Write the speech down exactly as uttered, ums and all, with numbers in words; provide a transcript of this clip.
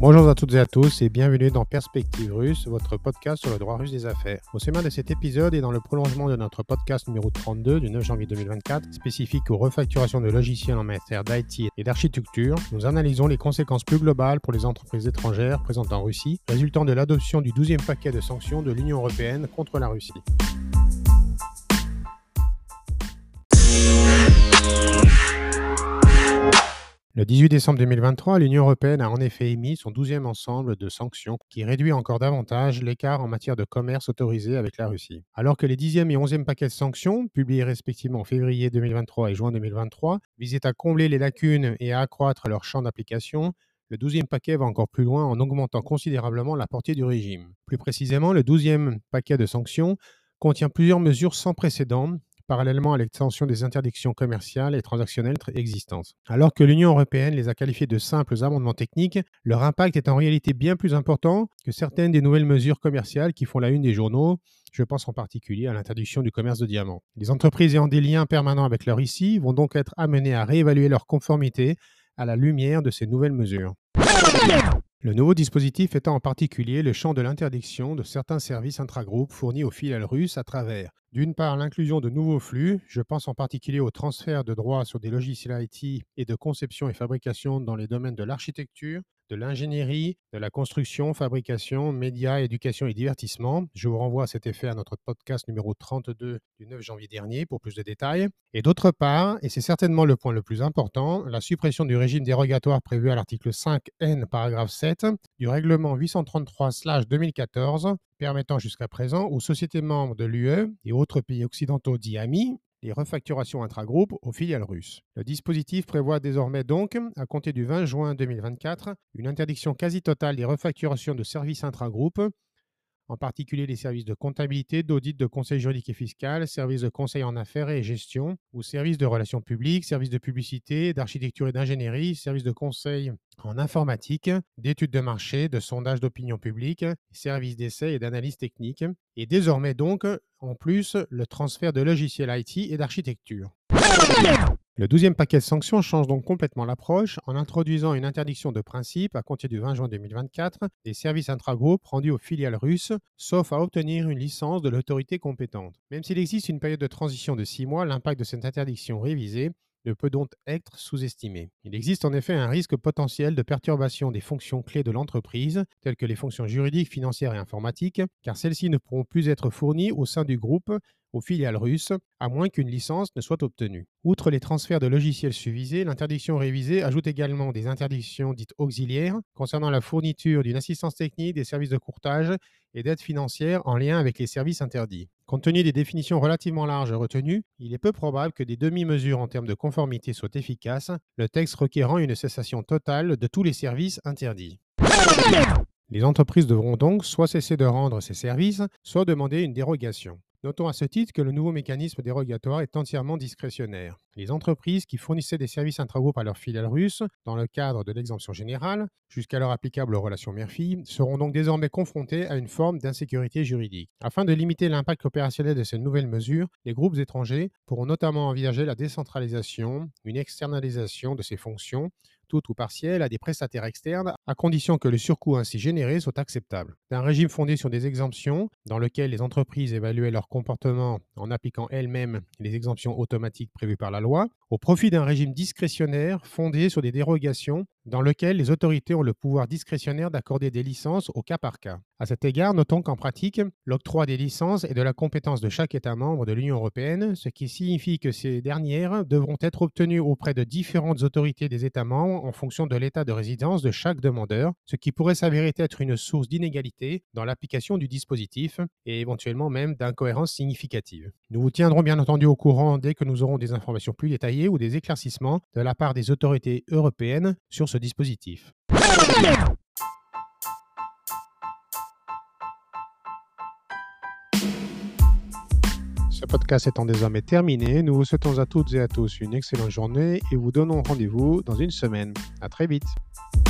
Bonjour à toutes et à tous et bienvenue dans Perspective Russe, votre podcast sur le droit russe des affaires. Au sommaire de cet épisode et dans le prolongement de notre podcast numéro trente-deux du neuf janvier deux mille vingt-quatre, spécifique aux refacturations de logiciels en matière d'I T et d'architecture, nous analysons les conséquences plus globales pour les entreprises étrangères présentes en Russie, résultant de l'adoption du douzième paquet de sanctions de l'Union européenne contre la Russie. Le dix-huit décembre deux mille vingt-trois, l'Union européenne a en effet émis son douzième ensemble de sanctions qui réduit encore davantage l'écart en matière de commerce autorisé avec la Russie. Alors que les dixième et onzième paquets de sanctions, publiés respectivement en février deux mille vingt-trois et juin deux mille vingt-trois, visaient à combler les lacunes et à accroître leur champ d'application, le douzième paquet va encore plus loin en augmentant considérablement la portée du régime. Plus précisément, le douzième paquet de sanctions contient plusieurs mesures sans précédent, parallèlement à l'extension des interdictions commerciales et transactionnelles existantes. Alors que l'Union européenne les a qualifiées de simples amendements techniques, leur impact est en réalité bien plus important que certaines des nouvelles mesures commerciales qui font la une des journaux. Je pense en particulier à l'interdiction du commerce de diamants. Les entreprises ayant des liens permanents avec la Russie vont donc être amenées à réévaluer leur conformité à la lumière de ces nouvelles mesures. Le nouveau dispositif étant en particulier le champ de l'interdiction de certains services intragroupes fournis aux filiales russes à travers, d'une part, l'inclusion de nouveaux flux, je pense en particulier au transfert de droits sur des logiciels I T et de conception et fabrication dans les domaines de l'architecture, de l'ingénierie, de la construction, fabrication, médias, éducation et divertissement. Je vous renvoie à cet effet à notre podcast numéro trente-deux du neuf janvier dernier pour plus de détails. Et d'autre part, et c'est certainement le point le plus important, la suppression du régime dérogatoire prévu à l'article cinq N, paragraphe sept, du règlement huit cent trente-trois slash deux mille quatorze, permettant jusqu'à présent aux sociétés membres de l'U E et autres pays occidentaux dits amis les refacturations intragroupes aux filiales russes. Le dispositif prévoit désormais donc, à compter du vingt juin deux mille vingt-quatre, une interdiction quasi totale des refacturations de services intragroupes, en particulier les services de comptabilité, d'audit, de conseil juridique et fiscal, services de conseil en affaires et gestion, ou services de relations publiques, services de publicité, d'architecture et d'ingénierie, services de conseil en informatique, d'études de marché, de sondage d'opinion publique, services d'essai et d'analyse technique, et désormais donc, en plus, le transfert de logiciels I T et d'architecture. Le douzième paquet de sanctions change donc complètement l'approche en introduisant une interdiction de principe à compter du vingt juin deux mille vingt-quatre des services intragroupes rendus aux filiales russes, sauf à obtenir une licence de l'autorité compétente. Même s'il existe une période de transition de six mois, l'impact de cette interdiction révisée ne peut donc être sous-estimé. Il existe en effet un risque potentiel de perturbation des fonctions clés de l'entreprise, telles que les fonctions juridiques, financières et informatiques, car celles-ci ne pourront plus être fournies au sein du groupe aux filiales russes, à moins qu'une licence ne soit obtenue. Outre les transferts de logiciels susvisés, l'interdiction révisée ajoute également des interdictions dites auxiliaires concernant la fourniture d'une assistance technique, des services de courtage et d'aide financière en lien avec les services interdits. Compte tenu des définitions relativement larges retenues, il est peu probable que des demi-mesures en termes de conformité soient efficaces, le texte requérant une cessation totale de tous les services interdits. Les entreprises devront donc soit cesser de rendre ces services, soit demander une dérogation. Notons à ce titre que le nouveau mécanisme dérogatoire est entièrement discrétionnaire. Les entreprises qui fournissaient des services intragroupes à leurs filiales russes, dans le cadre de l'exemption générale, jusqu'alors applicable aux relations mère-fille, seront donc désormais confrontées à une forme d'insécurité juridique. Afin de limiter l'impact opérationnel de ces nouvelles mesures, les groupes étrangers pourront notamment envisager la décentralisation, une externalisation de ces fonctions, toute ou partielle, à des prestataires externes, à condition que le surcoût ainsi généré soit acceptable. Un régime fondé sur des exemptions, dans lequel les entreprises évaluaient leur comportement en appliquant elles-mêmes les exemptions automatiques prévues par la loi, au profit d'un régime discrétionnaire fondé sur des dérogations, dans lequel les autorités ont le pouvoir discrétionnaire d'accorder des licences au cas par cas. À cet égard, notons qu'en pratique, l'octroi des licences est de la compétence de chaque État membre de l'Union européenne, ce qui signifie que ces dernières devront être obtenues auprès de différentes autorités des États membres en fonction de l'état de résidence de chaque demandeur, ce qui pourrait s'avérer être une source d'inégalité dans l'application du dispositif et éventuellement même d'incohérence significative. Nous vous tiendrons bien entendu au courant dès que nous aurons des informations plus détaillées ou des éclaircissements de la part des autorités européennes sur ce dispositif. Ce podcast étant désormais terminé, nous vous souhaitons à toutes et à tous une excellente journée et vous donnons rendez-vous dans une semaine. À très vite.